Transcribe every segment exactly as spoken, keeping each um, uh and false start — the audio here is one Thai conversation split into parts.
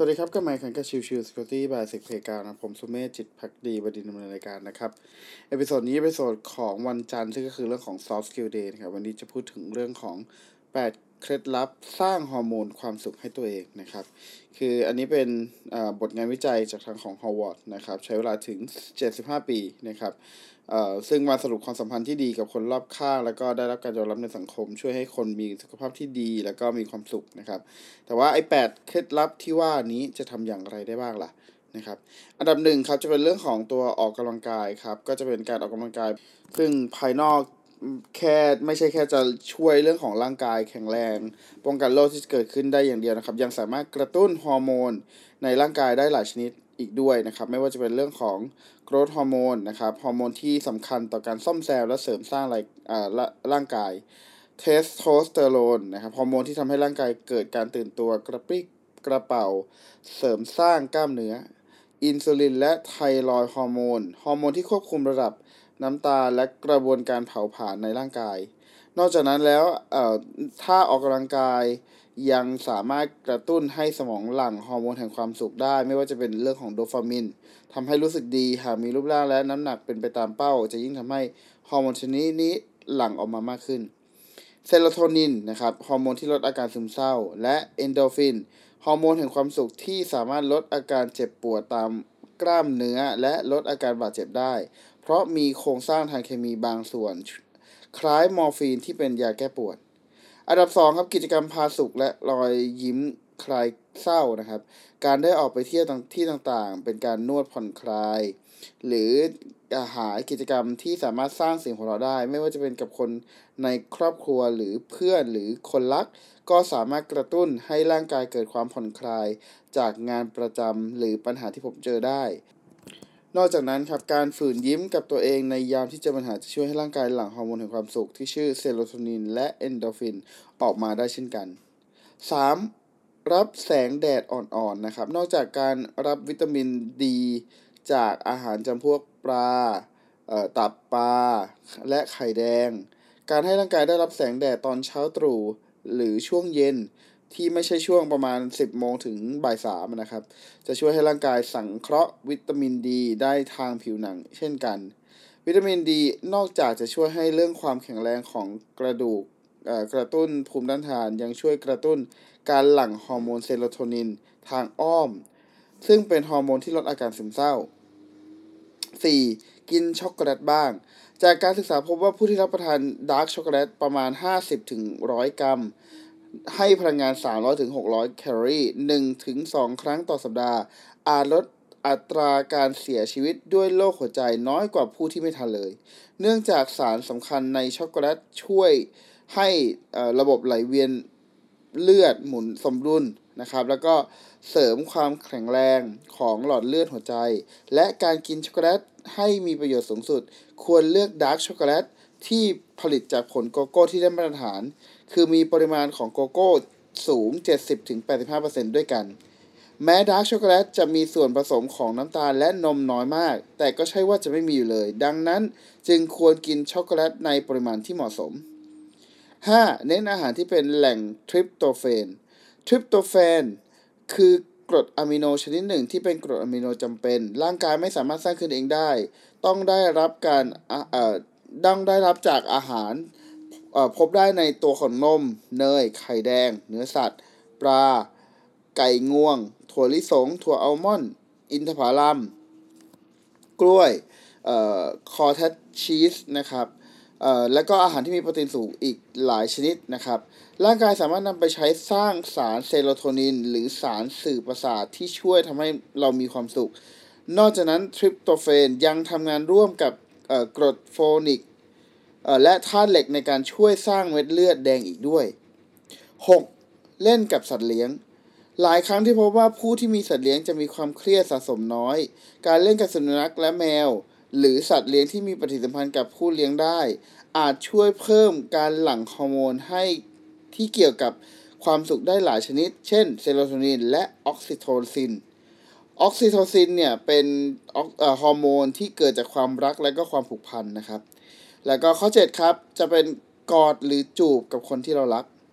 วัสดีครับก็มาอีกครั้งกับชิวชิว Security by เซกเพกานะผมสุเมธจิตภักดีบดินทร์ดำเนินรายการนะครับเอพิโซดนี้เอพิโซดของวันจันทร์ซึ่งก็คือเรื่องของ Soft Skill Day นะครับวันนี้จะพูดถึงเรื่องของแปดเคล็ดลับสร้างฮอร์โมนความสุขให้ตัวเองนะครับคืออันนี้เป็นบทงานวิจัยจากทางของ Harvard นะครับใช้เวลาถึงเจ็ดสิบห้าปีนะครับซึ่งมาสรุปความสัมพันธ์ที่ดีกับคนรอบข้างแล้วก็ได้รับการยอมรับในสังคมช่วยให้คนมีสุขภาพที่ดีแล้วก็มีความสุขนะครับแต่ว่าไอ้แปดเคล็ดลับที่ว่านี้จะทำอย่างไรได้บ้างล่ะนะครับอันดับหนึ่งครับจะเป็นเรื่องของตัวออกกำลังกายครับก็จะเป็นการออกกำลังกายซึ่งภายนอกแค่ไม่ใช่แค่จะช่วยเรื่องของร่างกายแข็งแรงป้องกันโรคที่เกิดขึ้นได้อย่างเดียวนะครับยังสามารถกระตุ้นฮอร์โมนในร่างกายได้หลายชนิดอีกด้วยนะครับไม่ว่าจะเป็นเรื่องของโกรทฮอร์โมนนะครับฮอร์โมนที่สำคัญต่อการซ่อมแซมและเสริมสร้างร่างกายเทสโทสเตอโรนนะครับฮอร์โมนที่ทำให้ร่างกายเกิดการตื่นตัวกระปรี้กระเป๋าเสริมสร้างกล้ามเนื้ออินซูลินและไทรอยด์ฮอร์โมนฮอร์โมนที่ควบคุมระดับน้ำตาลและกระบวนการเผาผลาญในร่างกายนอกจากนั้นแล้วเอ่อถ้าออกกำลังกายยังสามารถกระตุ้นให้สมองหลั่งฮอร์โมนแห่งความสุขได้ไม่ว่าจะเป็นเรื่องของโดปามินทำให้รู้สึกดีหากมีรูปร่างและน้ำหนักเป็นไปตามเป้าจะยิ่งทำให้ฮอร์โมนชนิดนี้หลั่งออกมามากขึ้นเซโรโทนินนะครับฮอร์โมนที่ลดอาการซึมเศร้าและเอนโดรฟินฮอร์โมนแห่งความสุขที่สามารถลดอาการเจ็บปวดตามกล้ามเนื้อและลดอาการบาดเจ็บได้เพราะมีโครงสร้างทางเคมีบางส่วนคล้ายมอร์ฟีนที่เป็นยาแก้ปวดอันดับสองครับกิจกรรมพาสุขและรอยยิ้มคลายเศร้านะครับการได้ออกไปเที่ยวที่ต่างๆเป็นการนวดผ่อนคลายหรือหากิจกรรมที่สามารถสร้างเสียงหัวเราะได้ไม่ว่าจะเป็นกับคนในครอบครัวหรือเพื่อนหรือคนรักก็สามารถกระตุ้นให้ร่างกายเกิดความผ่อนคลายจากงานประจำหรือปัญหาที่ผมเจอได้นอกจากนั้นครับการฝืนยิ้มกับตัวเองในยามที่เจอปัญหาจะช่วยให้ร่างกายหลั่งฮอร์โมนแห่งความสุขที่ชื่อเซโรโทนินและเอนโดรฟินออกมาได้เช่นกัน สาม. รับแสงแดดอ่อนๆนะครับนอกจากการรับวิตามินดีจากอาหารจำพวกปลาเอ่อตับปลาและไข่แดงการให้ร่างกายได้รับแสงแดดตอนเช้าตรู่หรือช่วงเย็นที่ไม่ใช่ช่วงประมาณสิบโมงถึงบ่ายสามนะครับจะช่วยให้ร่างกายสังเคราะห์วิตามินดีได้ทางผิวหนังเช่นกันวิตามินดีนอกจากจะช่วยให้เรื่องความแข็งแรงของกระดูกกระตุ้นภูมิต้านทานยังช่วยกระตุ้นการหลั่งฮอร์โมนเซโรโทนินทางอ้อมซึ่งเป็นฮอร์โมนที่ลดอาการซึมเศร้า สี่. กินช็อกโกแลตบ้างจากการศึกษาพบว่าผู้ที่รับประทานดาร์กช็อกโกแลตประมาณ ห้าสิบถึงหนึ่งร้อย กรัมให้พลังงาน สามร้อยถึงหกร้อย แคลอรี่ หนึ่งถึงสอง ครั้งต่อสัปดาห์อาจลดอัตราการเสียชีวิตด้วยโรคหัวใจน้อยกว่าผู้ที่ไม่ทานเลยเนื่องจากสารสำคัญในช็อกโกแลตช่วยให้ระบบไหลเวียนเลือดหมุนสมดุลนะครับแล้วก็เสริมความแข็งแรงของหลอดเลือดหัวใจและการกินช็อกโกแลตให้มีประโยชน์สูงสุดควรเลือกดาร์กช็อกโกแลตที่ผลิตจากผลโกโก้ที่ได้มาตรฐานคือมีปริมาณของโกโก้สูง เจ็ดสิบถึงแปดสิบห้าเปอร์เซ็นต์ ด้วยกันแม้ดาร์กช็อกโกแลตจะมีส่วนผสมของน้ำตาลและนมน้อยมากแต่ก็ใช่ว่าจะไม่มีอยู่เลยดังนั้นจึงควรกินช็อกโกแลตในปริมาณที่เหมาะสม ห้า. เน้นอาหารที่เป็นแหล่งทริปโตฟานทริปโตฟานคือกรดอะมิโนชนิดหนึ่งที่เป็นกรดอะมิโนจำเป็นร่างกายไม่สามารถสร้างขึ้นเองได้ต้องได้รับการเอ่อต้องได้รับจากอาหารเอ่อพบได้ในตัวของนมเนยไข่แดงเนื้อสัตว์ปลาไก่งวงถั่วลิสงถั่วอัลมอนด์อินทผลัมกล้วยเอ่อคอแทสชีสนะครับเอ่อและก็อาหารที่มีโปรตีนสูงอีกหลายชนิดนะครับร่างกายสามารถนำไปใช้สร้างสารเซโรโทนินหรือสารสื่อประสาทที่ช่วยทำให้เรามีความสุขนอกจากนั้นทริปโตฟานยังทำงานร่วมกับกรดโฟลิกและธาตุเหล็กในการช่วยสร้างเม็ดเลือดแดงอีกด้วย หก. เล่นกับสัตว์เลี้ยงหลายครั้งที่พบว่าผู้ที่มีสัตว์เลี้ยงจะมีความเครียดสะสมน้อยการเล่นกับสุนัขและแมวหรือสัตว์เลี้ยงที่มีปฏิสัมพันธ์กับผู้เลี้ยงได้อาจช่วยเพิ่มการหลั่งฮอร์โมนให้ที่เกี่ยวกับความสุขได้หลายชนิดเช่นเซโรโทนินและออกซิโทซินออกซิโทซินเนี่ยเป็นฮอร์โมนที่เกิดจากความรักและก็ความผูกพันนะครับแล้วก็ข้อเจ็ดครับจะเป็นกอดหรือจูบกับคนที่เรารัก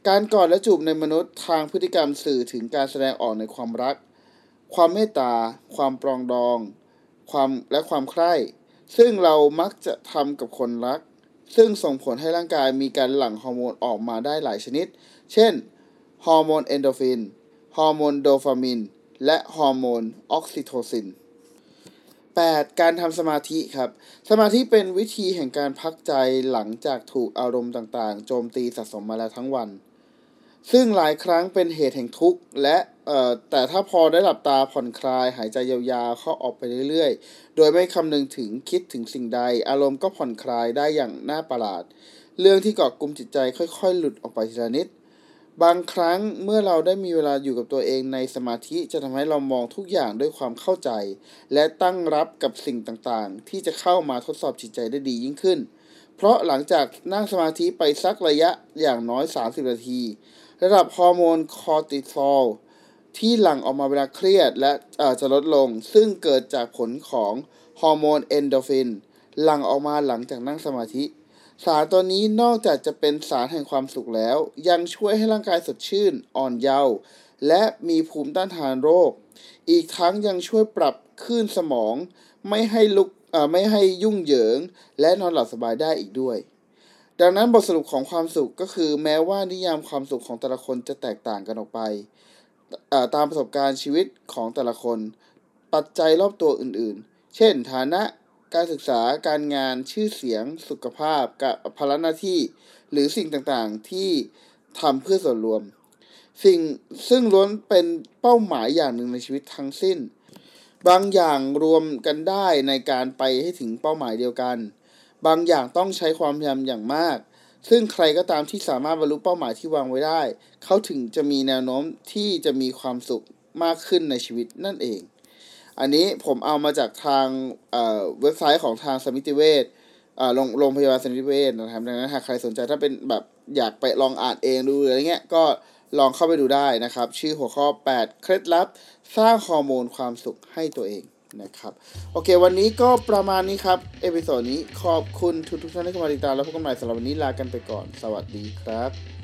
การกอดและจูบในมนุษย์ทางพฤติกรรมสื่อถึงการแสดงออกในความรักความเมตตาความปรองดองความและความใคร่ซึ่งเรามักจะทำกับคนรักซึ่งส่งผลให้ร่างกายมีการหลั่งฮอร์โมนออกมาได้หลายชนิดเช่นฮอร์โมนเอนโดรฟินฮอร์โมนโดปามีนและฮอร์โมนออกซิโทซินแปดการทำสมาธิครับสมาธิเป็นวิธีแห่งการพักใจหลังจากถูกอารมณ์ต่างๆโจมตีสะสมมาแล้วทั้งวันซึ่งหลายครั้งเป็นเหตุแห่งทุกข์และเอ่อแต่ถ้าพอได้หลับตาผ่อนคลายหายใจยาวๆเข้าออกไปเรื่อยๆโดยไม่คำนึงถึงคิดถึงสิ่งใดอารมณ์ก็ผ่อนคลายได้อย่างน่าประหลาดเรื่องที่เกาะกุมจิตใจค่อยๆหลุดออกไปทีละนิดบางครั้งเมื่อเราได้มีเวลาอยู่กับตัวเองในสมาธิจะทำให้เรามองทุกอย่างด้วยความเข้าใจและตั้งรับกับสิ่งต่างๆที่จะเข้ามาทดสอบจิตใจได้ดียิ่งขึ้นเพราะหลังจากนั่งสมาธิไปสักระยะอย่างน้อยสามสิบนาทีระดับฮอร์โมนคอร์ติซอลที่หลั่งออกมาเวลาเครียดและจะลดลงซึ่งเกิดจากผลของฮอร์โมนเอนโดรฟินหลั่งออกมาหลังจากนั่งสมาธิสารตัวนี้นอกจากจะเป็นสารแห่งความสุขแล้วยังช่วยให้ร่างกายสดชื่นอ่อนเยาว์และมีภูมิต้านทานโรคอีกทั้งยังช่วยปรับคลื่นสมองไม่ให้ลุกเอ่อไม่ให้ยุ่งเหยิงและนอนหลับสบายได้อีกด้วยดังนั้นบทสรุปของความสุขก็คือแม้ว่านิยามความสุขของแต่ละคนจะแตกต่างกันออกไปตามประสบการณ์ชีวิตของแต่ละคนปัจจัยรอบตัวอื่นๆเช่นฐานะการศึกษาการงานชื่อเสียงสุขภาพกับภาระหน้าที่หรือสิ่งต่างๆที่ทำเพื่อส่วนรวมสิ่งซึ่งล้วนเป็นเป้าหมายอย่างหนึ่งในชีวิตทั้งสิ้นบางอย่างรวมกันได้ในการไปให้ถึงเป้าหมายเดียวกันบางอย่างต้องใช้ความพยายามอย่างมากซึ่งใครก็ตามที่สามารถบรรลุเป้าหมายที่วางไว้ได้เขาถึงจะมีแนวโน้มที่จะมีความสุขมากขึ้นในชีวิตนั่นเองอันนี้ผมเอามาจากทางเอ่อเว็บไซต์ของทางสมิติเวชอ่าโรงโรงพยาบาลสมิติเวชนะครับดังนั้นหากใครสนใจถ้าเป็นแบบอยากไปลองอ่านเองดูอะไรเงี้ยก็ลองเข้าไปดูได้นะครับชื่อหัวข้อแปดเคล็ดลับสร้างฮอร์โมนความสุขให้ตัวเองนะครับโอเควันนี้ก็ประมาณนี้ครับเอพิโซดนี้ขอบคุณทุกทุกท่านที่เข้ามาติดตามแล้วพบกันใหม่สำหรับวันนี้ลากันไปก่อนสวัสดีครับ